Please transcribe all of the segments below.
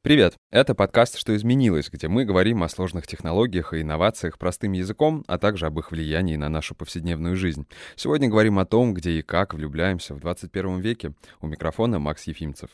Привет! Это подкаст «Что изменилось?», где мы говорим о сложных технологиях и инновациях простым языком, а также об их влиянии на нашу повседневную жизнь. Сегодня говорим о том, где и как влюбляемся в 21 веке. У микрофона Макс Ефимцев.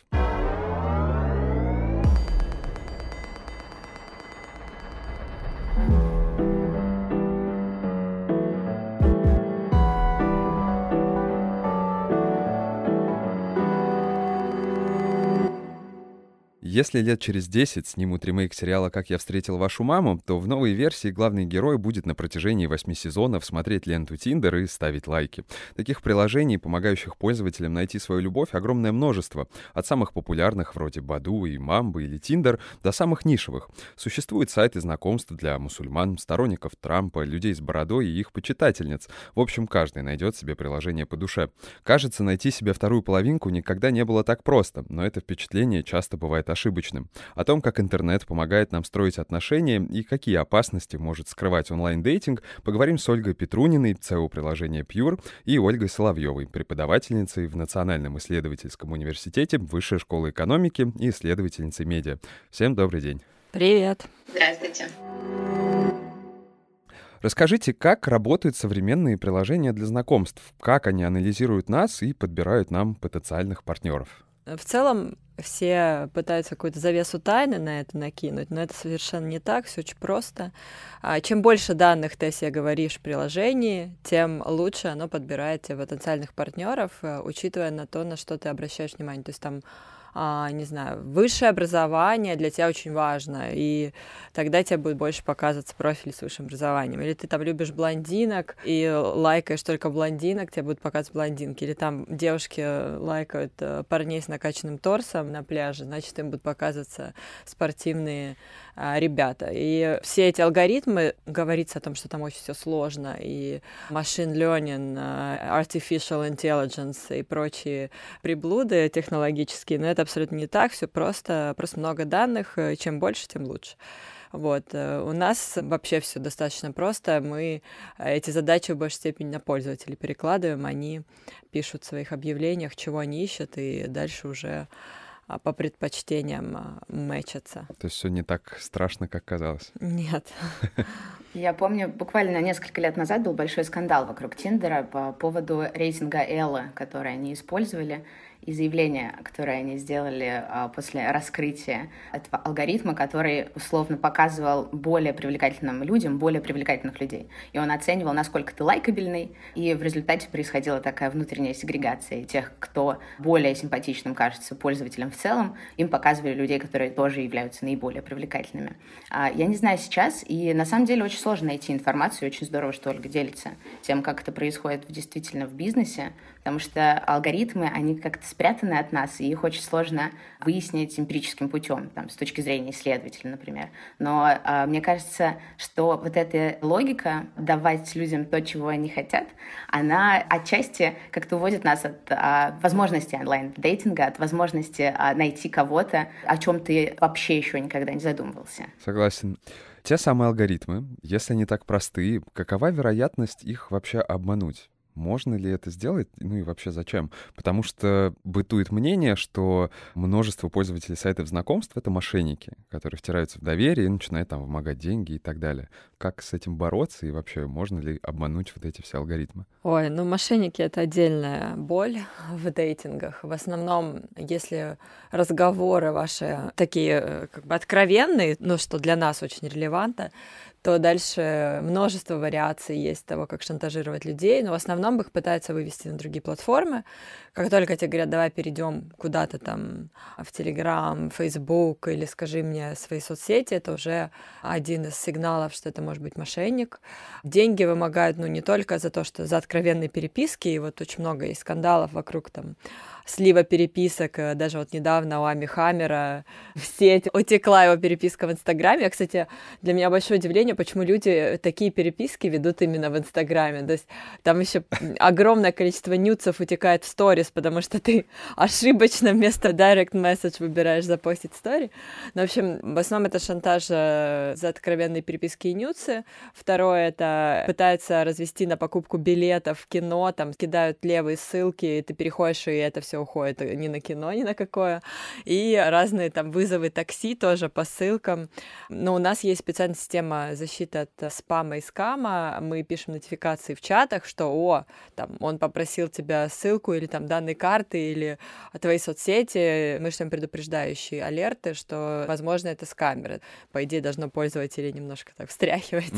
Если лет через 10 снимут ремейк сериала «Как я встретил вашу маму», то в новой версии главный герой будет на протяжении 8 сезонов смотреть ленту Tinder и ставить лайки. Таких приложений, помогающих пользователям найти свою любовь, огромное множество. От самых популярных, вроде Баду и Мамбы или Tinder, до самых нишевых. Существуют сайты знакомств для мусульман, сторонников Трампа, людей с бородой и их почитательниц. В общем, каждый найдет себе приложение по душе. Кажется, найти себе вторую половинку никогда не было так просто, но это впечатление часто бывает ошибочным. О том, как интернет помогает нам строить отношения и какие опасности может скрывать онлайн-дейтинг, поговорим с Ольгой Петруниной, СЕО-приложения Pure, и Ольгой Соловьевой, преподавательницей в Национальном исследовательском университете Высшей школы экономики и исследовательницей медиа. Всем добрый день. Привет. Здравствуйте. Расскажите, как работают современные приложения для знакомств, как они анализируют нас и подбирают нам потенциальных партнеров? В целом все пытаются какую-то завесу тайны на это накинуть, но это совершенно не так, все очень просто. Чем больше данных ты о себе говоришь в приложении, тем лучше оно подбирает тебе потенциальных партнеров, учитывая на то, на что ты обращаешь внимание. То есть там не знаю, высшее образование для тебя очень важно, и тогда тебе будет больше показываться профиль с высшим образованием. Или ты там любишь блондинок и лайкаешь только блондинок, тебе будут показывать блондинки. Или там девушки лайкают парней с накачанным торсом на пляже, значит, им будут показываться спортивные ребята. И все эти алгоритмы, говорится о том, что там очень все сложно, и machine learning, artificial intelligence и прочие приблуды технологические, но это абсолютно не так, все просто много данных, чем больше, тем лучше. Вот. У нас вообще все достаточно просто. Мы эти задачи в большей степени на пользователей перекладываем, они пишут в своих объявлениях, чего они ищут, и дальше уже по предпочтениям мэчатся. То есть все не так страшно, как казалось? Нет. Я помню, буквально несколько лет назад был большой скандал вокруг Тиндера по поводу рейтинга Эллы, который они использовали, и заявления, которые они сделали после раскрытия этого алгоритма, который условно показывал более привлекательным людям, более привлекательных людей. И он оценивал, насколько ты лайкабельный, и в результате происходила такая внутренняя сегрегация. Тех, кто более симпатичным кажется пользователям в целом, им показывали людей, которые тоже являются наиболее привлекательными. Я не знаю сейчас, и на самом деле очень сложно найти информацию, очень здорово, что Ольга делится тем, как это происходит действительно в бизнесе, потому что алгоритмы, они как-то спрятаны от нас, и их очень сложно выяснить эмпирическим путем, там, с точки зрения исследователя, например. Но мне кажется, что вот эта логика давать людям то, чего они хотят, она отчасти как-то уводит нас от возможности онлайн-дейтинга, от возможности найти кого-то, о чем ты вообще еще никогда не задумывался. Согласен. Те самые алгоритмы, если они так простые, какова вероятность их вообще обмануть? Можно ли это сделать? Ну и вообще зачем? Потому что бытует мнение, что множество пользователей сайтов знакомств — это мошенники, которые втираются в доверие и начинают там вымогать деньги и так далее. Как с этим бороться и вообще можно ли обмануть вот эти все алгоритмы? Ой, ну мошенники — это отдельная боль в дейтингах. В основном, если разговоры ваши такие как бы откровенные, ну что для нас очень релевантно, то дальше множество вариаций есть того, как шантажировать людей, но в основном их пытаются вывести на другие платформы. Как только тебе говорят, давай перейдем куда-то там в Телеграм, Фейсбук или скажи мне свои соцсети, это уже один из сигналов, что это может быть мошенник. Деньги вымогают, ну, не только за то, что за откровенные переписки, и вот очень много есть скандалов вокруг там слива переписок. Даже вот недавно у Ами Хаммера в сеть утекла его переписка в Инстаграме. Кстати, для меня большое удивление, почему люди такие переписки ведут именно в Инстаграме. То есть там еще огромное количество нюцев утекает в сторис, потому что ты ошибочно вместо direct message выбираешь запостить стори. Но, в общем, в основном это шантаж за откровенные переписки и нюцы. Второе — это пытаются развести на покупку билетов в кино, там кидают левые ссылки, и ты переходишь, и это все все уходит ни на кино, ни на какое. И разные там вызовы такси тоже по ссылкам. Но у нас есть специальная система защиты от спама и скама. Мы пишем нотификации в чатах, что там, он попросил тебя ссылку или там данные карты, или твои соцсети. Мы шлем предупреждающие алерты, что, возможно, это скамеры. По идее, должно пользователей немножко так встряхивать.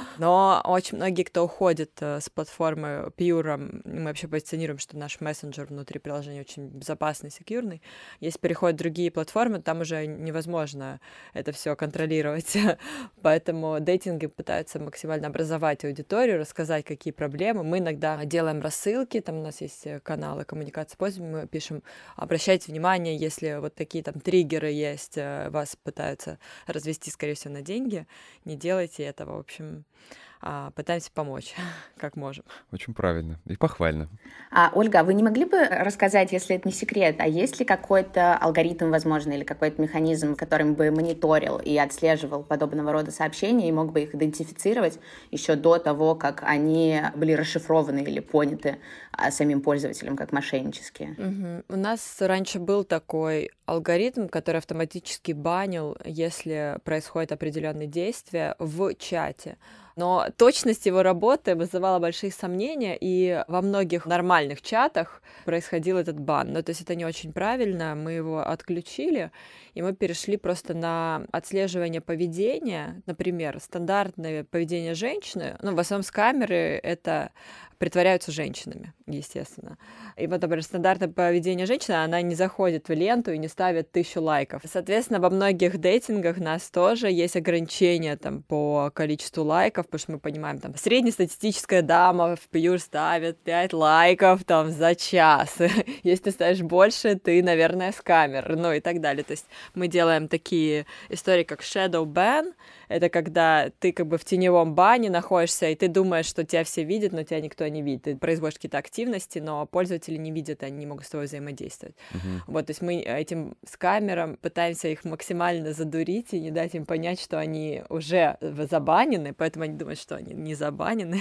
Но очень многие, кто уходит с платформы Pure, мы вообще позиционируем, что наш мессенджер внутри приложения очень безопасный, секьюрный. Если переходят в другие платформы, там уже невозможно это все контролировать. Поэтому дейтинги пытаются максимально образовать аудиторию, рассказать, какие проблемы. Мы иногда делаем рассылки, там у нас есть каналы коммуникации с пользователями, мы пишем: обращайте внимание, если вот такие там триггеры есть, вас пытаются развести, скорее всего, на деньги, не делайте этого. В общем, пытаемся помочь, как можем. Очень правильно и похвально. Ольга, вы не могли бы рассказать, если это не секрет, есть ли какой-то алгоритм, возможно, или какой-то механизм, которым бы мониторил и отслеживал подобного рода сообщения и мог бы их идентифицировать еще до того, как они были расшифрованы или поняты самим пользователем как мошеннические? У нас раньше был такой алгоритм, который автоматически банил, если происходит определенные действия в чате. Но точность его работы вызывала большие сомнения, и во многих нормальных чатах происходил этот бан. То есть это не очень правильно, мы его отключили, и мы перешли просто на отслеживание поведения. Например, стандартное поведение женщины, в основном с камеры это притворяются женщинами, естественно. И вот, например, стандартное поведение женщины, она не заходит в ленту и не ставит 1000 лайков. Соответственно, во многих дейтингах у нас тоже есть ограничения там по количеству лайков, потому что мы понимаем, там, среднестатистическая дама в Pure ставит 5 лайков там за час. Если ты ставишь больше, ты, наверное, скамер, и так далее. То есть мы делаем такие истории, как shadow ban. Это когда ты как бы в теневом бане находишься, и ты думаешь, что тебя все видят, но тебя никто не видит. Ты производишь какие-то активности, но пользователи не видят, и они не могут с тобой взаимодействовать. То есть мы этим скамерам пытаемся их максимально задурить и не дать им понять, что они уже забанены, поэтому они думают, что они не забанены.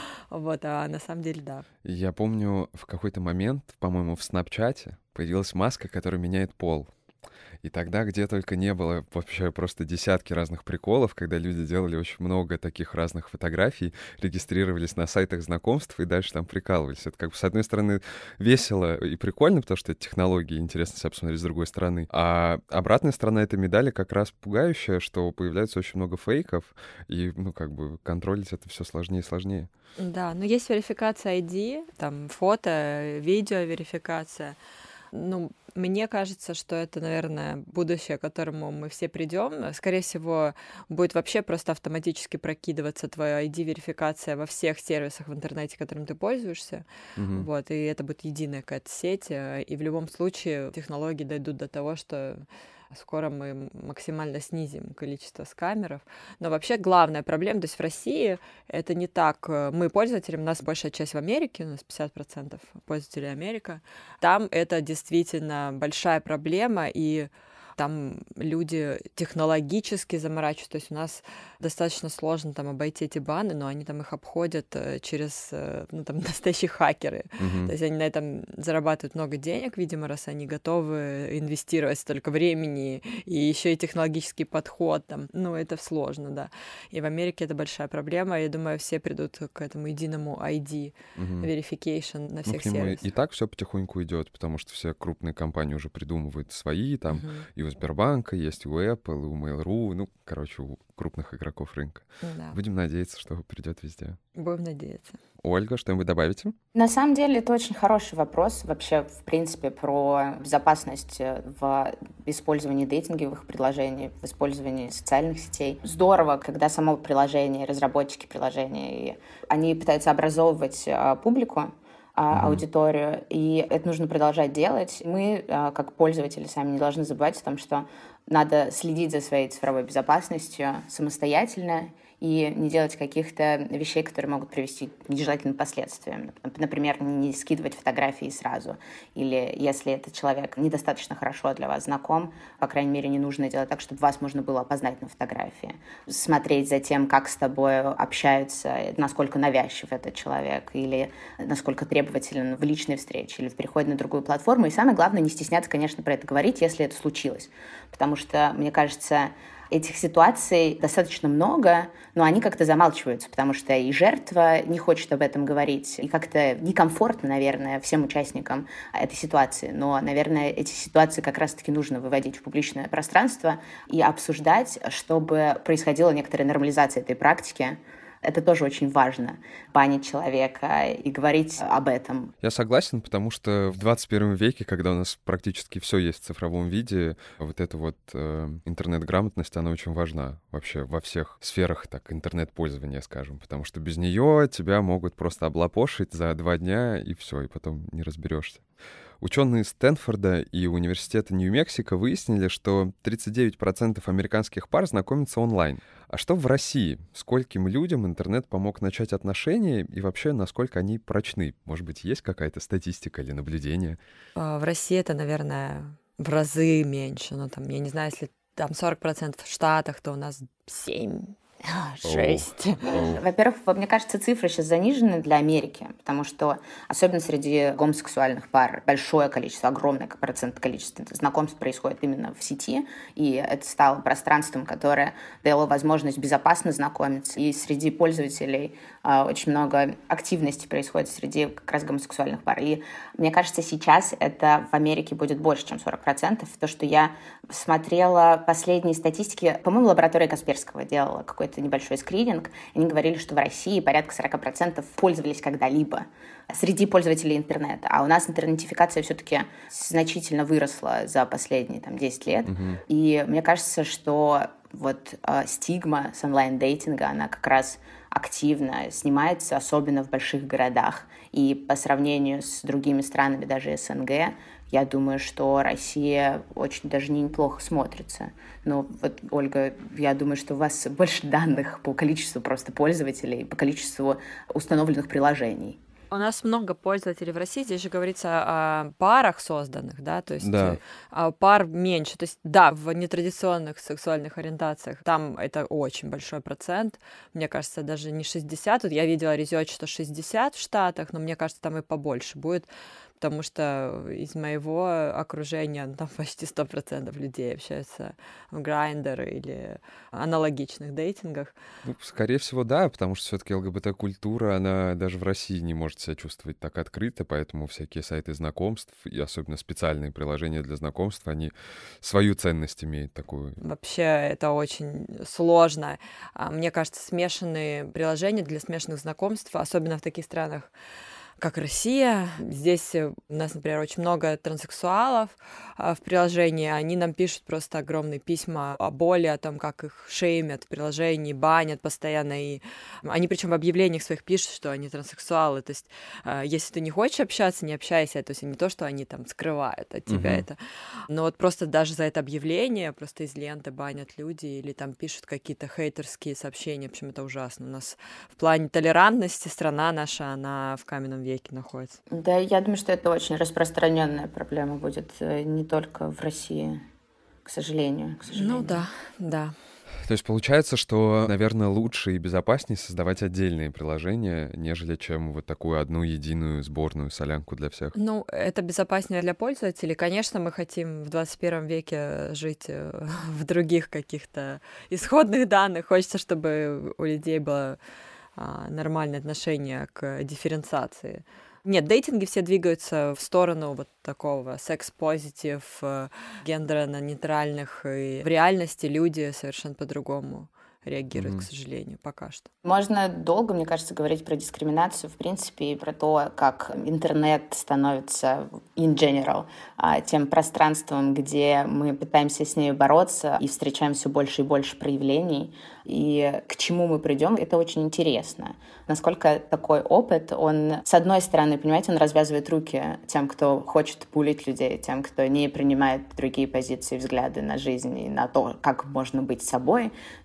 А на самом деле, да. Я помню, в какой-то момент, по-моему, в Снапчате появилась маска, которая меняет пол. И тогда где только не было вообще просто десятки разных приколов, когда люди делали очень много таких разных фотографий, регистрировались на сайтах знакомств и дальше там прикалывались. Это как бы, с одной стороны, весело и прикольно, потому что это технологии, интересно себя посмотреть с другой стороны. А обратная сторона этой медали как раз пугающая, что появляется очень много фейков, и, контролить это все сложнее и сложнее. Да, но есть верификация ID, там фото, видео верификация. Мне кажется, что это, наверное, будущее, к которому мы все придем. Скорее всего, будет вообще просто автоматически прокидываться твоя ID-верификация во всех сервисах в интернете, которым ты пользуешься. И это будет единая какая-то сеть. И в любом случае технологии дойдут до того, что скоро мы максимально снизим количество скамеров. Но вообще главная проблема, то есть в России это не так. Мы пользователи, у нас большая часть в Америке, у нас 50% пользователей Америка. Там это действительно большая проблема, и там люди технологически заморачиваются. То есть у нас достаточно сложно там обойти эти баны, но они там их обходят через настоящие хакеры. То есть они на этом зарабатывают много денег, видимо, раз они готовы инвестировать столько времени и еще и технологический подход там. Это сложно, да. И в Америке это большая проблема. Я думаю, все придут к этому единому ID verification на всех сервисах. И так все потихоньку идет, потому что все крупные компании уже придумывают свои там. И у Сбербанка есть, у Apple, и у Mail.ru, у крупных игроков рынка. Да. Будем надеяться, что придет везде. Будем надеяться. Ольга, что-нибудь добавите? На самом деле это очень хороший вопрос вообще, в принципе, про безопасность в использовании дейтинговых приложений, в использовании социальных сетей. Здорово, когда само приложение, разработчики приложения, они пытаются образовывать публику, аудиторию, и это нужно продолжать делать. Мы, как пользователи, сами не должны забывать о том, что надо следить за своей цифровой безопасностью самостоятельно и не делать каких-то вещей, которые могут привести к нежелательным последствиям. Например, не скидывать фотографии сразу. Или если этот человек недостаточно хорошо для вас знаком, по крайней мере, не нужно делать так, чтобы вас можно было опознать на фотографии. Смотреть за тем, как с тобой общаются, насколько навязчив этот человек, или насколько требователен в личной встрече, или в переходе на другую платформу. И самое главное, не стесняться, конечно, про это говорить, если это случилось. Потому что, мне кажется, этих ситуаций достаточно много, но они как-то замалчиваются, потому что и жертва не хочет об этом говорить, и как-то некомфортно, наверное, всем участникам этой ситуации. Но, наверное, эти ситуации как раз-таки нужно выводить в публичное пространство и обсуждать, чтобы происходила некоторая нормализация этой практики. Это тоже очень важно, банить человека и говорить об этом. Я согласен, потому что в 21 веке, когда у нас практически все есть в цифровом виде, вот эта вот интернет-грамотность, она очень важна вообще во всех сферах так интернет-пользования, скажем, потому что без нее тебя могут просто облапошить за 2 дня, и все, и потом не разберешься. Ученые Стэнфорда и Университета Нью-Мексико выяснили, что 39% американских пар знакомятся онлайн. А что в России? Скольким людям интернет помог начать отношения и вообще, насколько они прочны? Может быть, есть какая-то статистика или наблюдение? В России это, наверное, в разы меньше. Ну, там, я не знаю, если там 40% в Штатах, то у нас 7. 6. Во-первых, мне кажется, цифры сейчас занижены для Америки, потому что, особенно среди гомосексуальных пар, большое количество, огромное количество знакомств происходит именно в сети, и это стало пространством, которое дало возможность безопасно знакомиться. И среди пользователей очень много активности происходит среди как раз гомосексуальных пар. И мне кажется, сейчас это в Америке будет больше, чем 40%. То, что я смотрела последние статистики, по-моему, лаборатория Касперского делала какой-то небольшой скрининг, они говорили, что в России порядка 40% пользовались когда-либо среди пользователей интернета. А у нас интернетификация все-таки значительно выросла за последние 10 лет. И мне кажется, что вот стигма с онлайн-дейтинга, она как раз активно снимается, особенно в больших городах. И по сравнению с другими странами, даже СНГ, я думаю, что Россия очень даже неплохо смотрится. Но вот, Ольга, я думаю, что у вас больше данных по количеству просто пользователей, по количеству установленных приложений. У нас много пользователей в России, здесь же говорится о парах созданных, да, то есть пар меньше. То есть, да, в нетрадиционных сексуальных ориентациях там это очень большой процент. Мне кажется, даже не 60. Вот я видела резерч, что 60 в Штатах, но мне кажется, там и побольше будет, потому что из моего окружения там почти 100% людей общаются в Grindr или аналогичных дейтингах. Ну, скорее всего, да, потому что все-таки ЛГБТ-культура, она даже в России не может себя чувствовать так открыто, поэтому всякие сайты знакомств, и особенно специальные приложения для знакомств, они свою ценность имеют такую. Вообще это очень сложно. Мне кажется, смешанные приложения для смешанных знакомств, особенно в таких странах, как Россия. Здесь у нас, например, очень много транссексуалов в приложении. Они нам пишут просто огромные письма о боли, о том, как их шеймят в приложении, банят постоянно. И они причем в объявлениях своих пишут, что они транссексуалы. То есть если ты не хочешь общаться, не общайся. То есть не то, что они там скрывают от тебя это. Но вот просто даже за это объявление просто из ленты банят люди или там пишут какие-то хейтерские сообщения. В общем, это ужасно. У нас в плане толерантности страна наша, она в каменном веке находится. Да, я думаю, что это очень распространенная проблема будет не только в России, к сожалению. Ну да. То есть получается, что, наверное, лучше и безопаснее создавать отдельные приложения, нежели чем вот такую одну единую сборную солянку для всех. Ну, это безопаснее для пользователей. Конечно, мы хотим в 21 веке жить в других каких-то исходных данных. Хочется, чтобы у людей было нормальное отношение к дифференциации. Нет, дейтинги все двигаются в сторону вот такого секс-позитив, гендерно-нейтральных, и в реальности люди совершенно по-другому реагируют, к сожалению, пока что. Можно долго, мне кажется, говорить про дискриминацию, в принципе, и про то, как интернет становится in general тем пространством, где мы пытаемся с ней бороться и встречаем все больше и больше проявлений. И к чему мы придем, это очень интересно. Насколько такой опыт, он, с одной стороны, понимаете, он развязывает руки тем, кто хочет булить людей, тем, кто не принимает другие позиции, взгляды на жизнь и на то, как можно быть собой. С другой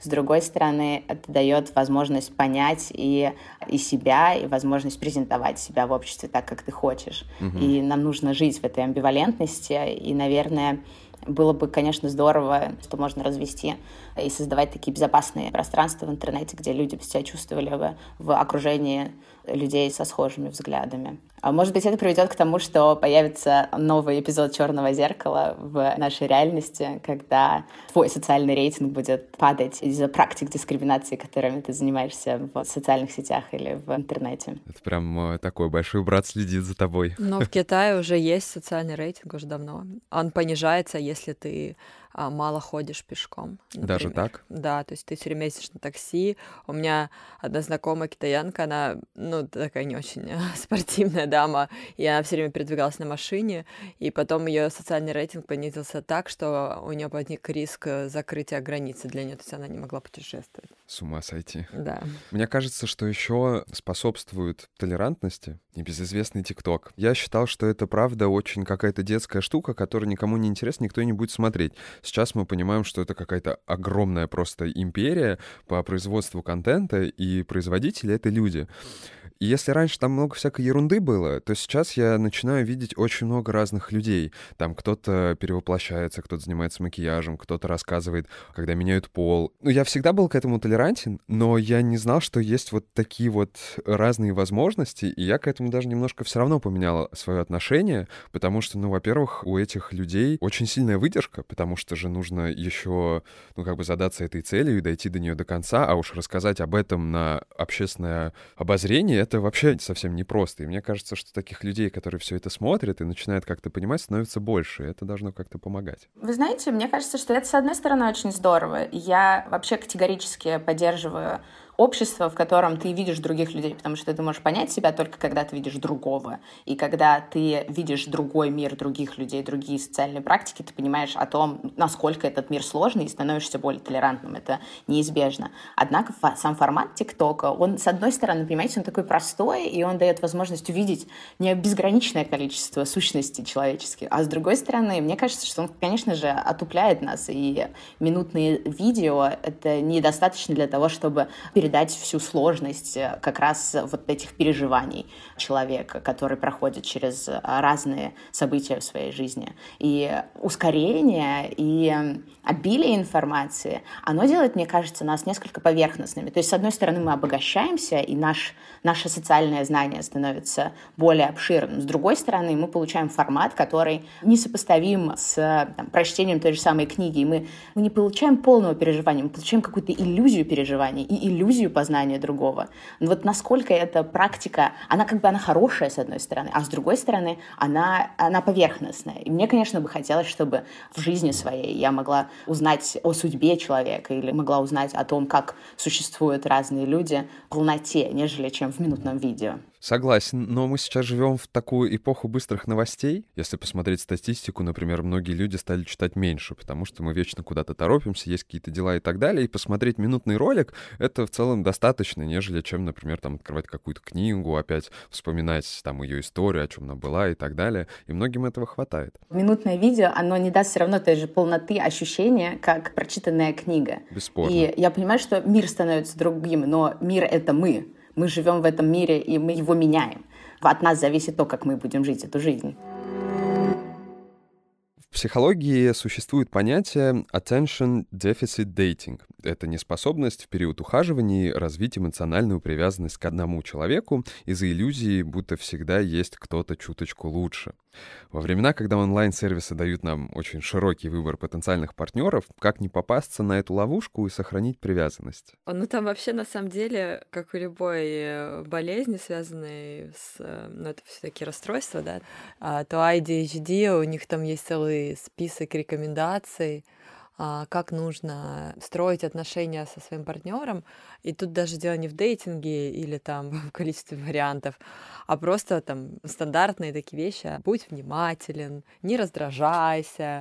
стороны, это дает возможность понять и себя, и возможность презентовать себя в обществе так, как ты хочешь. И нам нужно жить в этой амбивалентности, и, наверное, было бы, конечно, здорово, что можно развести и создавать такие безопасные пространства в интернете, где люди себя чувствовали бы в окружении людей со схожими взглядами. А может быть, это приведет к тому, что появится новый эпизод «Черного зеркала» в нашей реальности, когда твой социальный рейтинг будет падать из-за практик дискриминации, которыми ты занимаешься в социальных сетях или в интернете. Это прям такой большой брат следит за тобой. Но в Китае уже есть социальный рейтинг уже давно. Он понижается, если ты мало ходишь пешком. Например. Даже так? Да, то есть ты все время ездишь на такси. У меня одна знакомая китаянка, она, такая не очень спортивная дама, и она все время передвигалась на машине, и потом ее социальный рейтинг понизился так, что у нее возник риск закрытия границы для нее, то есть она не могла путешествовать. С ума сойти. Да. Мне кажется, что еще способствует толерантности небезызвестный ТикТок. Я считал, что это, правда, очень какая-то детская штука, которая никому не интересна, никто не будет смотреть. Сейчас мы понимаем, что это какая-то огромная просто империя по производству контента, и производители — это люди. И если раньше там много всякой ерунды было, то сейчас я начинаю видеть очень много разных людей. Там кто-то перевоплощается, кто-то занимается макияжем, кто-то рассказывает, когда меняют пол. Я всегда был к этому толерантен, но я не знал, что есть вот такие вот разные возможности, и я к этому даже немножко все равно поменял свое отношение, потому что, во-первых, у этих людей очень сильная выдержка, потому что же нужно еще, задаться этой целью и дойти до нее до конца, а уж рассказать об этом на общественное обозрение — это вообще совсем непросто. И мне кажется, что таких людей, которые все это смотрят и начинают как-то понимать, становится больше. И это должно как-то помогать. Вы знаете, мне кажется, что это, с одной стороны, очень здорово. Я вообще категорически поддерживаю общество, в котором ты видишь других людей, потому что ты можешь понять себя только когда ты видишь другого. И когда ты видишь другой мир других людей, другие социальные практики, ты понимаешь о том, насколько этот мир сложный, и становишься более толерантным. Это неизбежно. Однако сам формат ТикТока, он, с одной стороны, понимаете, он такой простой, и он дает возможность увидеть не безграничное количество сущностей человеческих, а с другой стороны, мне кажется, что он, конечно же, отупляет нас, и минутные видео — это недостаточно для того, чтобы передать всю сложность как раз вот этих переживаний человека, который проходит через разные события в своей жизни. И ускорение, и обилие информации, оно делает, мне кажется, нас несколько поверхностными. То есть, с одной стороны, мы обогащаемся, и наше социальное знание становится более обширным. С другой стороны, мы получаем формат, который несопоставим с прочтением той же самой книги. И мы не получаем полного переживания, мы получаем какую-то иллюзию переживаний и иллюзию познания другого. Но вот насколько эта практика, она хорошая, с одной стороны, а с другой стороны, она поверхностная. И мне, конечно, бы хотелось, чтобы в жизни своей я могла узнать о судьбе человека или могла узнать о том, как существуют разные люди в полноте, нежели чем в минутном видео. Согласен, но мы сейчас живем в такую эпоху быстрых новостей. Если посмотреть статистику, например, многие люди стали читать меньше, потому что мы вечно куда-то торопимся, есть какие-то дела и так далее, и посмотреть минутный ролик — это в целом достаточно, нежели чем, например, открывать какую-то книгу, опять вспоминать ее историю, о чем она была и так далее, и многим этого хватает. Минутное видео, оно не даст все равно той же полноты ощущения, как прочитанная книга. Бесспорно. И я понимаю, что мир становится другим, но мир — это мы. Мы живем в этом мире, и мы его меняем. От нас зависит то, как мы будем жить эту жизнь. В психологии существует понятие attention deficit dating. Это неспособность в период ухаживаний развить эмоциональную привязанность к одному человеку из-за иллюзии, будто всегда есть кто-то чуточку лучше. Во времена, когда онлайн-сервисы дают нам очень широкий выбор потенциальных партнеров, как не попасться на эту ловушку и сохранить привязанность? Там вообще, на самом деле, как у любой болезни, связанной с... это все-таки расстройства, да, то ADHD, у них там есть целый список рекомендаций, как нужно строить отношения со своим партнером. И тут даже дело не в дейтинге или в количестве вариантов, а просто стандартные такие вещи. Будь внимателен, не раздражайся,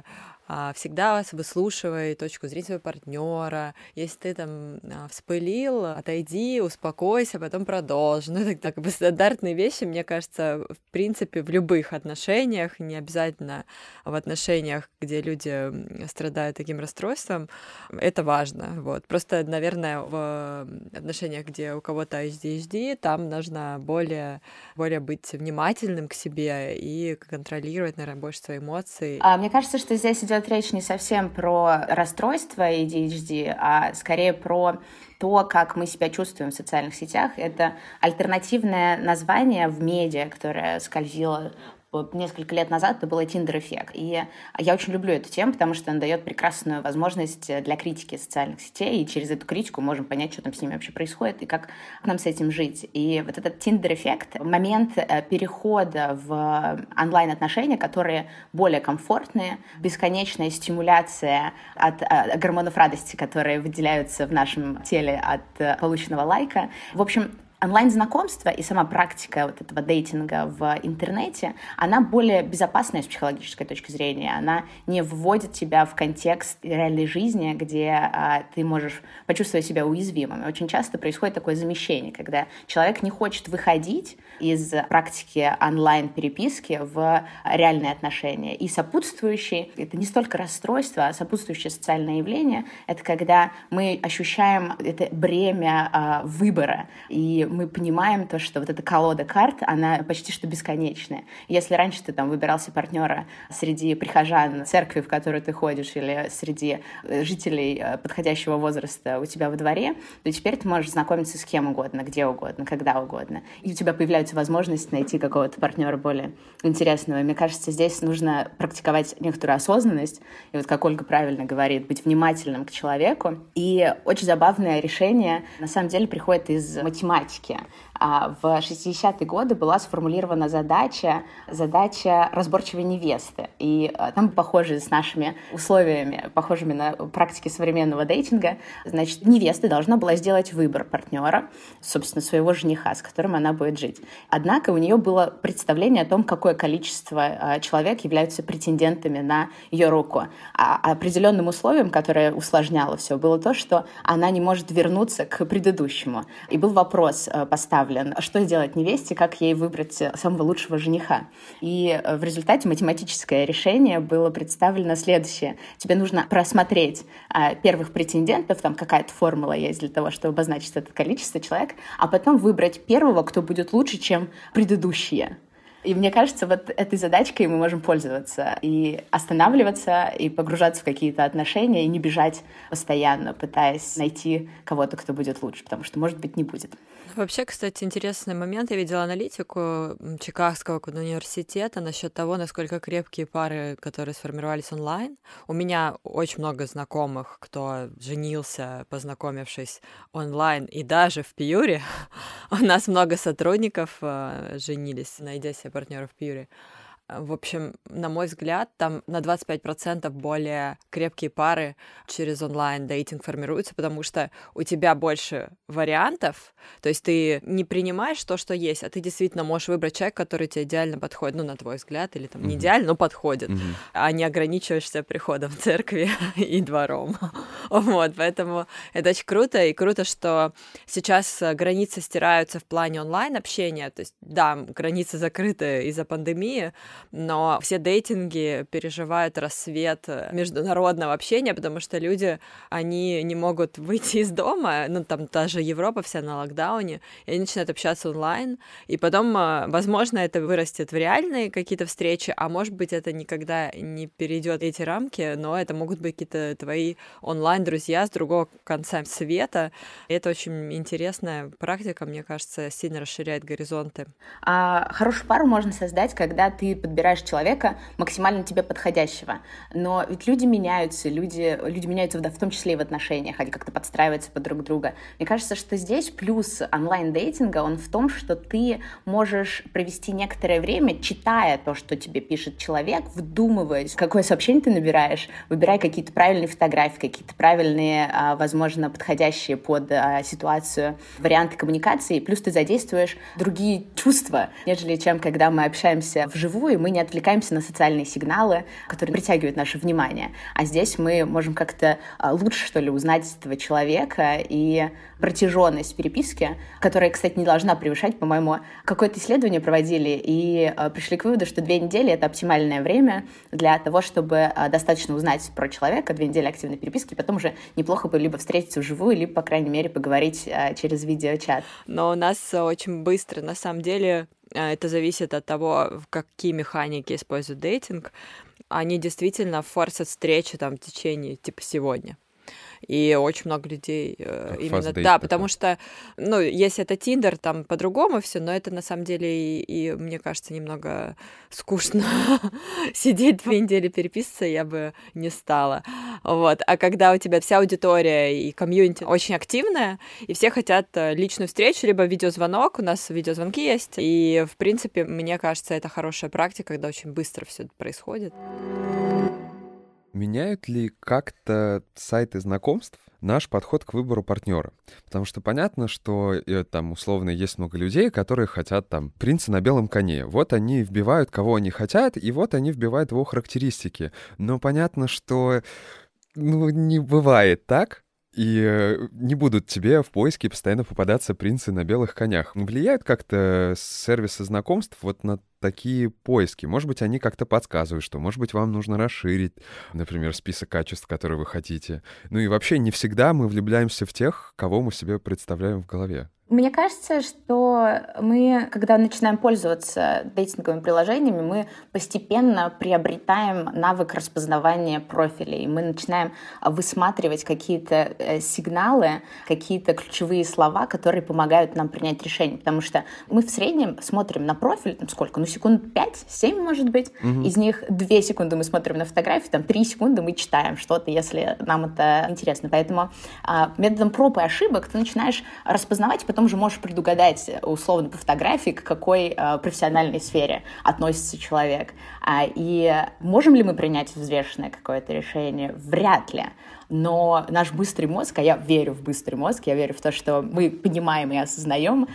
всегда выслушивай точку зрения своего партнера. Если ты там вспылил, отойди, успокойся, потом продолжи. Ну, это как бы стандартные вещи, мне кажется, в принципе, в любых отношениях, не обязательно в отношениях, где люди страдают таким расстройством, это важно. Вот. Просто, наверное, в отношениях, где у кого-то ADHD, там нужно более быть внимательным к себе и контролировать, наверное, больше свои эмоции. Мне кажется, что здесь идет речь не совсем про расстройство ADHD, а скорее про то, как мы себя чувствуем в социальных сетях. Это альтернативное название в медиа, которое скользило несколько лет назад, это был Tinder-эффект. И я очень люблю эту тему, потому что она дает прекрасную возможность для критики социальных сетей, и через эту критику можем понять, что там с ними вообще происходит и как нам с этим жить. И вот этот Tinder-эффект, момент перехода в онлайн-отношения, которые более комфортные, бесконечная стимуляция от гормонов радости, которые выделяются в нашем теле от полученного лайка. В общем, онлайн-знакомство и сама практика вот этого дейтинга в интернете, она более безопасная с психологической точки зрения. Она не вводит тебя в контекст реальной жизни, где ты можешь почувствовать себя уязвимым. И очень часто происходит такое замещение, когда человек не хочет выходить из практики онлайн-переписки в реальные отношения. И сопутствующий, это не столько расстройство, а сопутствующее социальное явление, это когда мы ощущаем это бремя выбора. И мы понимаем то, что вот эта колода карт, она почти что бесконечная. Если раньше ты там выбирался партнера среди прихожан церкви, в которую ты ходишь, или среди жителей подходящего возраста у тебя во дворе, то теперь ты можешь знакомиться с кем угодно, где угодно, когда угодно. И у тебя появляется возможность найти какого-то партнера более интересного. И мне кажется, здесь нужно практиковать некоторую осознанность. И вот как Ольга правильно говорит, быть внимательным к человеку. И очень забавное решение, на самом деле, приходит из математики. В 60-е годы была сформулирована задача разборчивой невесты. И там, похожие с нашими условиями, похожими на практики современного дейтинга, значит, невеста должна была сделать выбор партнера, собственно, своего жениха, с которым она будет жить. Однако у нее было представление о том, какое количество человек являются претендентами на ее руку. А определенным условием, которое усложняло все, было то, что она не может вернуться к предыдущему. И был вопрос поставлен, что сделать невесте, как ей выбрать самого лучшего жениха. И в результате математическое решение было представлено следующее. Тебе нужно просмотреть первых претендентов, там какая-то формула есть для того, чтобы обозначить это количество человек, а потом выбрать первого, кто будет лучше, чем предыдущие. И мне кажется, вот этой задачкой мы можем пользоваться и останавливаться, и погружаться в какие-то отношения, и не бежать постоянно, пытаясь найти кого-то, кто будет лучше, потому что, может быть, не будет. Вообще, кстати, интересный момент. Я видела аналитику Чикагского университета насчет того, насколько крепкие пары, которые сформировались онлайн. У меня очень много знакомых, кто женился, познакомившись онлайн, и даже в Пьюре. У нас много сотрудников женились, найдя себе партнера в Пьюре. В общем, на мой взгляд, там на 25% более крепкие пары через онлайн-дейтинг формируются, потому что у тебя больше вариантов, то есть ты не принимаешь то, что есть, а ты действительно можешь выбрать человека, который тебе идеально подходит, ну, на твой взгляд, или там не идеально, но подходит, а не ограничиваешься приходом в церкви и двором. Вот, поэтому это очень круто, и круто, что сейчас границы стираются в плане онлайн-общения, то есть, да, границы закрыты из-за пандемии, но все дейтинги переживают рассвет международного общения, потому что люди, они не могут выйти из дома, ну, там та же Европа вся на локдауне, и они начинают общаться онлайн, и потом, возможно, это вырастет в реальные какие-то встречи, а может быть, это никогда не перейдет эти рамки, но это могут быть какие-то твои онлайн-друзья с другого конца света, и это очень интересная практика, мне кажется, сильно расширяет горизонты. Хорошую пару можно создать, когда ты подбираешь человека максимально тебе подходящего. Но ведь люди меняются, люди меняются в том числе и в отношениях, они как-то подстраиваются под друг друга. Мне кажется, что здесь плюс онлайн-дейтинга, он в том, что ты можешь провести некоторое время, читая то, что тебе пишет человек, вдумываясь, какое сообщение ты набираешь, выбирая какие-то правильные фотографии, какие-то правильные, возможно, подходящие под ситуацию варианты коммуникации, плюс ты задействуешь другие чувства, нежели чем когда мы общаемся вживую, и мы не отвлекаемся на социальные сигналы, которые притягивают наше внимание. А здесь мы можем как-то лучше, что ли, узнать этого человека, и протяженность переписки, которая, кстати, не должна превышать, по-моему, какое-то исследование проводили и пришли к выводу, что 2 недели — это оптимальное время для того, чтобы достаточно узнать про человека, 2 недели активной переписки, потом уже неплохо бы либо встретиться вживую, либо, по крайней мере, поговорить через видеочат. Но у нас очень быстро, на самом деле, это зависит от того, какие механики использует дейтинг. Они действительно форсят встречи там в течение, типа, сегодня. И очень много людей именно... Да, потому что, ну, если это Тиндер, там по-другому все, но это на самом деле и мне кажется, немного скучно сидеть 2 недели переписываться, я бы не стала. Вот. А когда у тебя вся аудитория и комьюнити очень активная, и все хотят личную встречу, либо видеозвонок, у нас видеозвонки есть, и, в принципе, мне кажется, это хорошая практика, когда очень быстро все это происходит. Меняют ли как-то сайты знакомств наш подход к выбору партнера? Потому что понятно, что там условно есть много людей, которые хотят там принца на белом коне. Вот они вбивают, кого они хотят, и вот они вбивают его характеристики. Но понятно, что не бывает так, и не будут тебе в поиске постоянно попадаться принцы на белых конях. Влияют как-то сервисы знакомств вот на такие поиски? Может быть, они как-то подсказывают, что, может быть, вам нужно расширить, например, список качеств, которые вы хотите. Ну и вообще не всегда мы влюбляемся в тех, кого мы себе представляем в голове. Мне кажется, что мы, когда начинаем пользоваться дейтинговыми приложениями, мы постепенно приобретаем навык распознавания профилей. Мы начинаем высматривать какие-то сигналы, какие-то ключевые слова, которые помогают нам принять решение. Потому что мы в среднем смотрим на профиль, там сколько? Секунд 5-7, может быть. Из них 2 секунды мы смотрим на фотографию, там 3 секунды мы читаем что-то, если нам это интересно. Поэтому методом проб и ошибок ты начинаешь распознавать, потом же можешь предугадать условно по фотографии, к какой профессиональной сфере относится человек. И можем ли мы принять взвешенное какое-то решение? Вряд ли. Но наш быстрый мозг, а я верю в быстрый мозг, я верю в то, что мы понимаем и осознаем,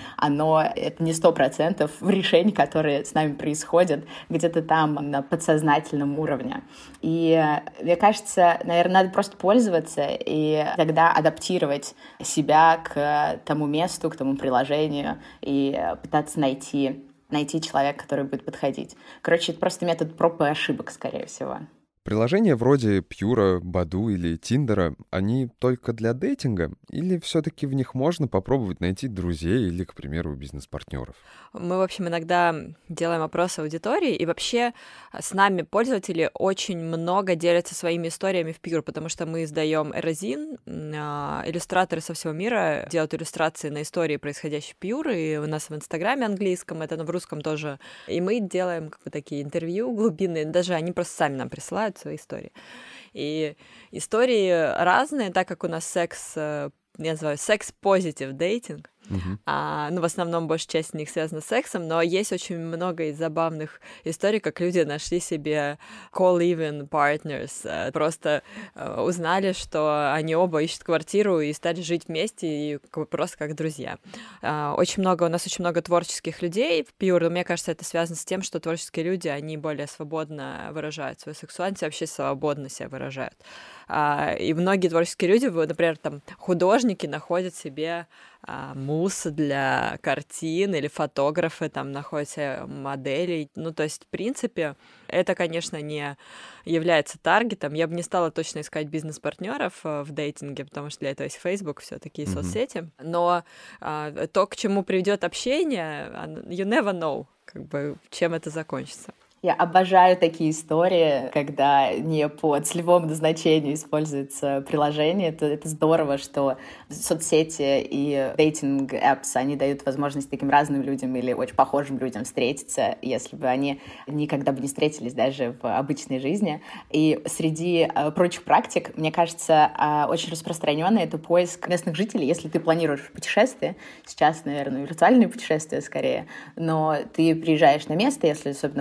это не 100% в решении, которые с нами происходят где-то там на подсознательном уровне. И мне кажется, наверное, надо просто пользоваться и тогда адаптировать себя к тому месту, к тому приложению и пытаться найти человека, который будет подходить. Короче, это просто метод проб и ошибок, скорее всего. Приложения вроде Пьюра, Баду или Тиндера, они только для дейтинга? Или все-таки в них можно попробовать найти друзей или, к примеру, бизнес-партнеров? Мы, в общем, иногда делаем опросы аудитории, и вообще с нами пользователи очень много делятся своими историями в Pure, потому что мы издаем Эрозин, иллюстраторы со всего мира делают иллюстрации на истории, происходящие в Pure, и у нас в Инстаграме английском, это в русском тоже. И мы делаем как бы такие интервью глубинные, даже они просто сами нам присылают свои истории. И истории разные, так как у нас я называю секс-позитив дейтинг. В основном большая часть из них связана с сексом, но есть очень много забавных историй, как люди нашли себе co-living partners, просто узнали, что они оба ищут квартиру и стали жить вместе, и просто как друзья. У нас очень много творческих людей в Pure, но мне кажется, это связано с тем, что творческие люди, они более свободно выражают свою сексуальность, вообще свободно себя выражают. И многие творческие люди, например, там художники находят себе муз для картин, или фотографы там находят себе моделей. То есть, в принципе, это, конечно, не является таргетом. Я бы не стала точно искать бизнес-партнеров в дейтинге, потому что для этого есть Facebook, все-таки соцсети. Но то, к чему приведет общение, you never know, чем это закончится. Я обожаю такие истории, когда не по целевому назначению используется приложение. Это здорово, что соцсети и дейтинг-эпс, они дают возможность таким разным людям или очень похожим людям встретиться, если бы они никогда бы не встретились даже в обычной жизни. И среди прочих практик, мне кажется, очень распространенный это поиск местных жителей, если ты планируешь путешествие. Сейчас, наверное, виртуальные путешествия скорее, но ты приезжаешь на место, если особенно путешествуешь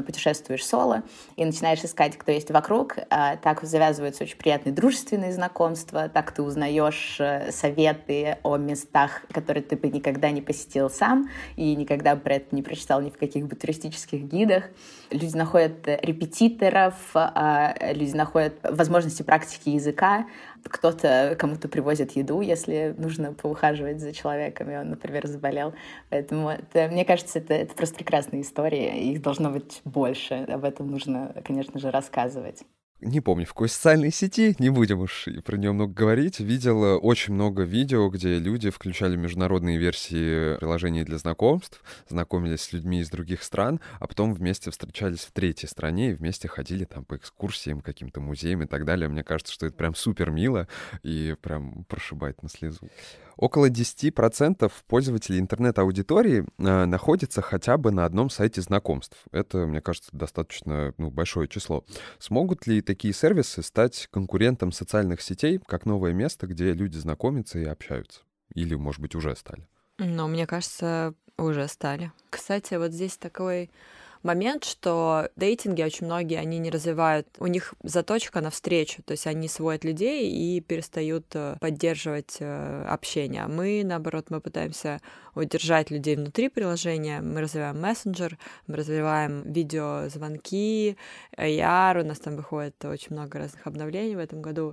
путешествуешь соло и начинаешь искать, кто есть вокруг. Так завязываются очень приятные дружественные знакомства, так ты узнаешь советы о местах, которые ты бы никогда не посетил сам и никогда про это не прочитал ни в каких бы туристических гидах. Люди находят репетиторов, люди находят возможности практики языка. Кто-то кому-то привозит еду, если нужно поухаживать за человеком, и он, например, заболел. Поэтому мне кажется, это просто прекрасные истории, их должно быть больше. Об этом нужно, конечно же, рассказывать. Не помню, в какой социальной сети, не будем уж про нее много говорить, видел очень много видео, где люди включали международные версии приложений для знакомств, знакомились с людьми из других стран, а потом вместе встречались в третьей стране и вместе ходили там по экскурсиям, каким-то музеям и так далее. Мне кажется, что это прям супер мило и прям прошибает на слезу. Около 10% пользователей интернет-аудитории находится хотя бы на одном сайте знакомств. Это, мне кажется, достаточно большое число. Смогут ли такие сервисы стать конкурентом социальных сетей, как новое место, где люди знакомятся и общаются? Или, может быть, уже стали? Мне кажется, уже стали. Кстати, вот здесь такой момент, что дейтинги очень многие, они не развивают, у них заточка навстречу, то есть они сводят людей и перестают поддерживать общение. А мы, наоборот, мы пытаемся удержать людей внутри приложения, мы развиваем мессенджер, мы развиваем видеозвонки, AR, у нас там выходит очень много разных обновлений в этом году.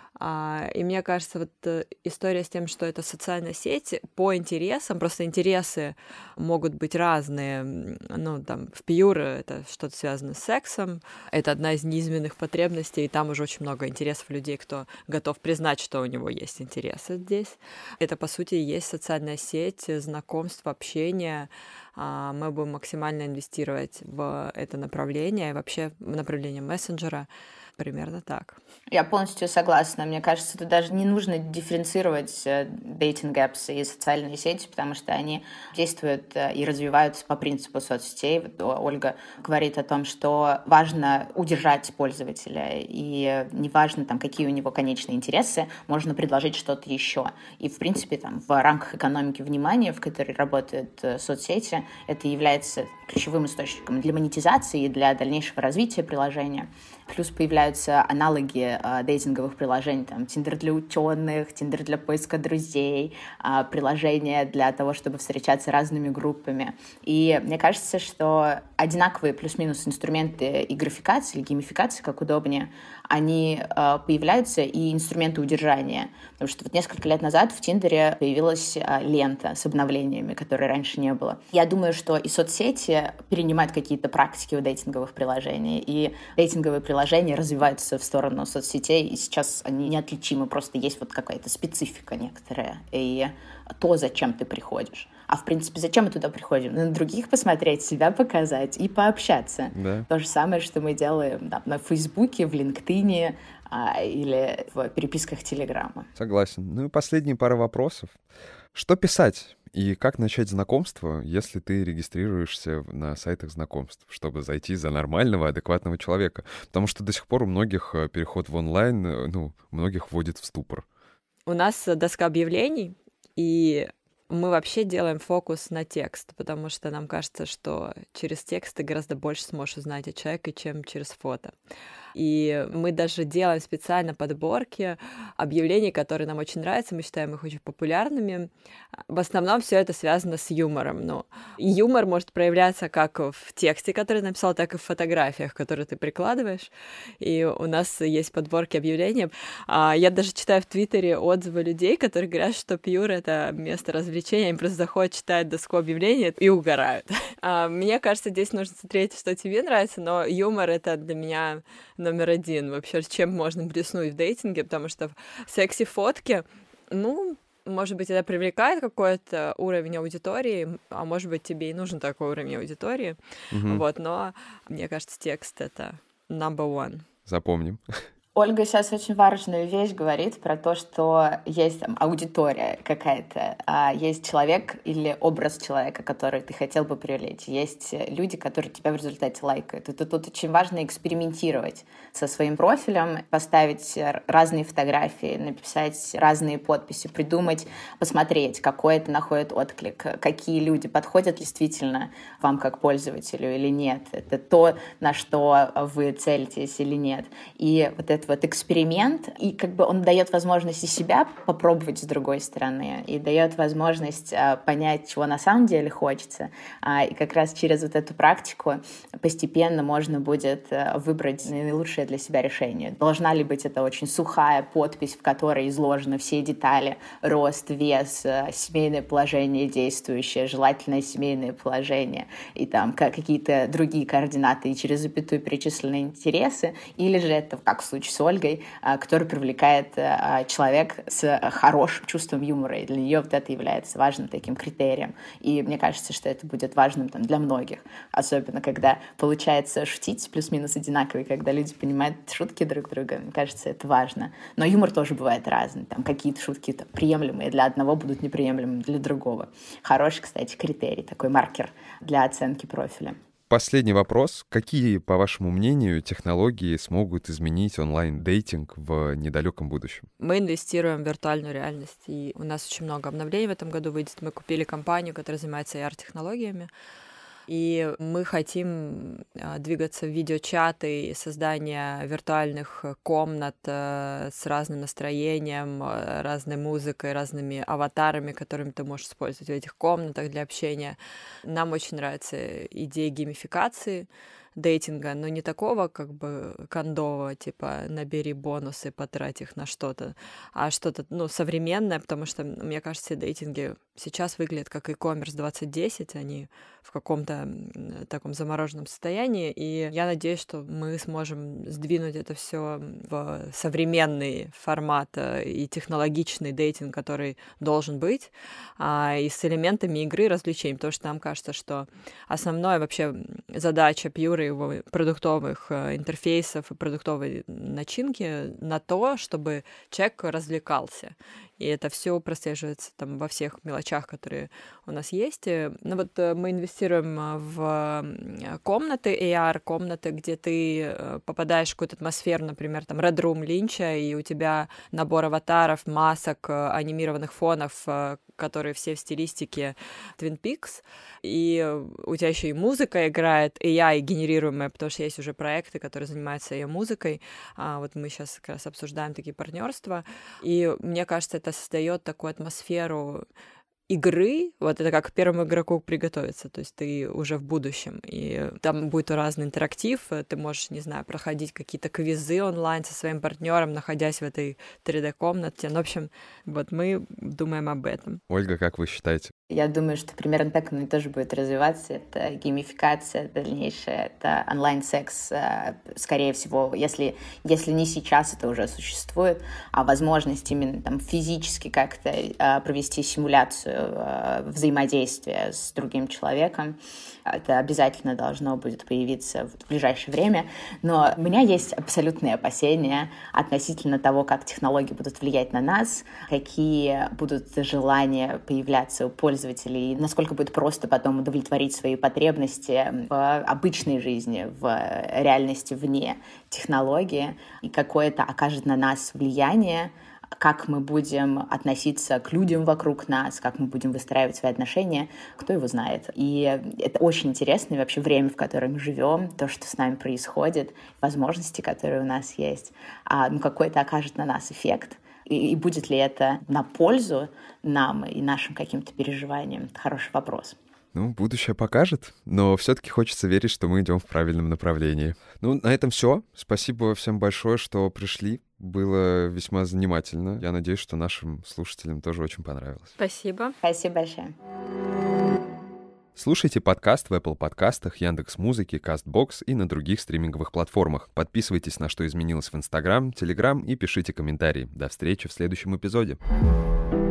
И мне кажется, вот история с тем, что это социальная сеть по интересам, просто интересы могут быть разные. Там в Pure это что-то связано с сексом, это одна из неизменных потребностей, и там уже очень много интересов людей, кто готов признать, что у него есть интересы здесь. Это, по сути, и есть социальная сеть, знакомств, общения. Мы будем максимально инвестировать в это направление, и вообще в направление мессенджера. Примерно так. Я полностью согласна. Мне кажется, тут даже не нужно дифференцировать дейтинг-эпсы и социальные сети, потому что они действуют и развиваются по принципу соцсетей. Вот Ольга говорит о том, что важно удержать пользователя, и неважно, какие у него конечные интересы, можно предложить что-то еще. И, в принципе, в рамках экономики внимания, в которой работают соцсети, это является ключевым источником для монетизации и для дальнейшего развития приложения. Плюс появляются аналоги дейтинговых приложений, Tinder для ученых, Tinder для поиска друзей, приложения для того, чтобы встречаться разными группами. И мне кажется, что одинаковые плюс-минус инструменты и графикации, или геймификации, как удобнее, они появляются, и инструменты удержания. Потому что несколько лет назад в Тиндере появилась лента с обновлениями, которой раньше не было. Я думаю, что и соцсети перенимают какие-то практики у дейтинговых приложений, и дейтинговые приложения развиваются в сторону соцсетей, и сейчас они неотличимы, просто есть какая-то специфика некоторая, и то, зачем ты приходишь. А в принципе, зачем мы туда приходим? На других посмотреть, себя показать и пообщаться. Да. То же самое, что мы делаем на Фейсбуке, в LinkedIn или в переписках Телеграма. Согласен. И последние пара вопросов. Что писать и как начать знакомство, если ты регистрируешься на сайтах знакомств, чтобы зайти за нормального, адекватного человека? Потому что до сих пор у многих переход в онлайн, многих вводит в ступор. У нас доска объявлений, и мы вообще делаем фокус на текст, потому что нам кажется, что через текст ты гораздо больше сможешь узнать о человеке, чем через фото. И мы даже делаем специально подборки объявлений, которые нам очень нравятся, мы считаем их очень популярными. В основном все это связано с юмором. И юмор может проявляться как в тексте, который ты написал, так и в фотографиях, которые ты прикладываешь. И у нас есть подборки объявлений. Я даже читаю в Твиттере отзывы людей, которые говорят, что Pure — это место развлечения, они просто заходят, читают доску объявлений и угорают. Мне кажется, здесь нужно смотреть, что тебе нравится, но юмор — это для меня номер один вообще, чем можно блеснуть в дейтинге, потому что секси-фотки, может быть, это привлекает какой-то уровень аудитории, а может быть, тебе и нужен такой уровень аудитории, но мне кажется, текст — это number one. Запомним. Ольга сейчас очень важную вещь говорит про то, что есть там аудитория какая-то, есть человек или образ человека, который ты хотел бы привлечь, есть люди, которые тебя в результате лайкают. Это тут очень важно экспериментировать со своим профилем, поставить разные фотографии, написать разные подписи, придумать, посмотреть, какой это находит отклик, какие люди подходят действительно вам как пользователю или нет, это то, на что вы целитесь или нет. И вот этот вот эксперимент, и как бы он дает возможность и себя попробовать с другой стороны, и дает возможность понять, чего на самом деле хочется. И как раз через вот эту практику постепенно можно будет выбрать наилучшее для себя решение. Должна ли быть это очень сухая подпись, в которой изложены все детали: рост, вес, семейное положение действующее, желательное семейное положение, и там какие-то другие координаты, и через запятую перечислены интересы, или же это, как в случае с Ольгой, который привлекает человек с хорошим чувством юмора, и для нее вот это является важным таким критерием. И мне кажется, что это будет важным там для многих, особенно когда получается шутить плюс-минус одинаково, когда люди понимают шутки друг друга. Мне кажется, это важно. Но юмор тоже бывает разный. Там какие-то шутки там приемлемые для одного будут неприемлемыми для другого. Хороший, кстати, критерий, такой маркер для оценки профиля. Последний вопрос. Какие, по вашему мнению, технологии смогут изменить онлайн-дейтинг в недалеком будущем? Мы инвестируем в виртуальную реальность, и у нас очень много обновлений в этом году выйдет. Мы купили компанию, которая занимается AR-технологиями, и мы хотим двигаться в видеочаты и создание виртуальных комнат с разным настроением, разной музыкой, разными аватарами, которыми ты можешь использовать в этих комнатах для общения. Нам очень нравится идея геймификации дейтинга, но не такого как бы кондового, типа набери бонусы, потрать их на что-то, а что-то, современное, потому что, мне кажется, все дейтинги сейчас выглядят как e-commerce 2010, они в каком-то таком замороженном состоянии, и я надеюсь, что мы сможем сдвинуть это все в современный формат и технологичный дейтинг, который должен быть, и с элементами игры, развлечений, потому что нам кажется, что основная вообще задача Pure его продуктовых интерфейсов и продуктовой начинки на то, чтобы человек развлекался. И это все прослеживается там во всех мелочах, которые у нас есть. Ну вот мы инвестируем в комнаты, AR-комнаты, где ты попадаешь в какую-то атмосферу, например, там Red Room Линча, и у тебя набор аватаров, масок, анимированных фонов, которые все в стилистике Twin Peaks, и у тебя еще и музыка играет, AI генерируемая, потому что есть уже проекты, которые занимаются ее музыкой. Вот мы сейчас как раз обсуждаем такие партнерства, и мне кажется, это создает такую атмосферу игры, вот это как первому игроку приготовиться, то есть ты уже в будущем, и там будет разный интерактив, ты можешь, не знаю, проходить какие-то квизы онлайн со своим партнером, находясь в этой 3D-комнате. Ну, в общем, вот мы думаем об этом. Ольга, как вы считаете? Я думаю, что примерно так оно и тоже будет развиваться. Это геймификация дальнейшая, это онлайн-секс, скорее всего, если не сейчас, это уже существует, а возможность именно там физически как-то провести симуляцию взаимодействия с другим человеком, это обязательно должно будет появиться в ближайшее время. Но у меня есть абсолютные опасения относительно того, как технологии будут влиять на нас, какие будут желания появляться у пользователей, насколько будет просто потом удовлетворить свои потребности в обычной жизни, в реальности вне технологии, и какое это окажет на нас влияние, как мы будем относиться к людям вокруг нас, как мы будем выстраивать свои отношения, кто его знает. И это очень интересно, и вообще время, в котором мы живем, то, что с нами происходит, возможности, которые у нас есть, какой это окажет на нас эффект, и будет ли это на пользу нам и нашим каким-то переживаниям. Это хороший вопрос. Будущее покажет, но все-таки хочется верить, что мы идем в правильном направлении. На этом все. Спасибо всем большое, что пришли. Было весьма занимательно. Я надеюсь, что нашим слушателям тоже очень понравилось. Спасибо. Спасибо большое. Слушайте подкаст в Apple подкастах, Яндекс.Музыке, Castbox и на других стриминговых платформах. Подписывайтесь на «Что изменилось» в Instagram, Telegram и пишите комментарии. До встречи в следующем эпизоде.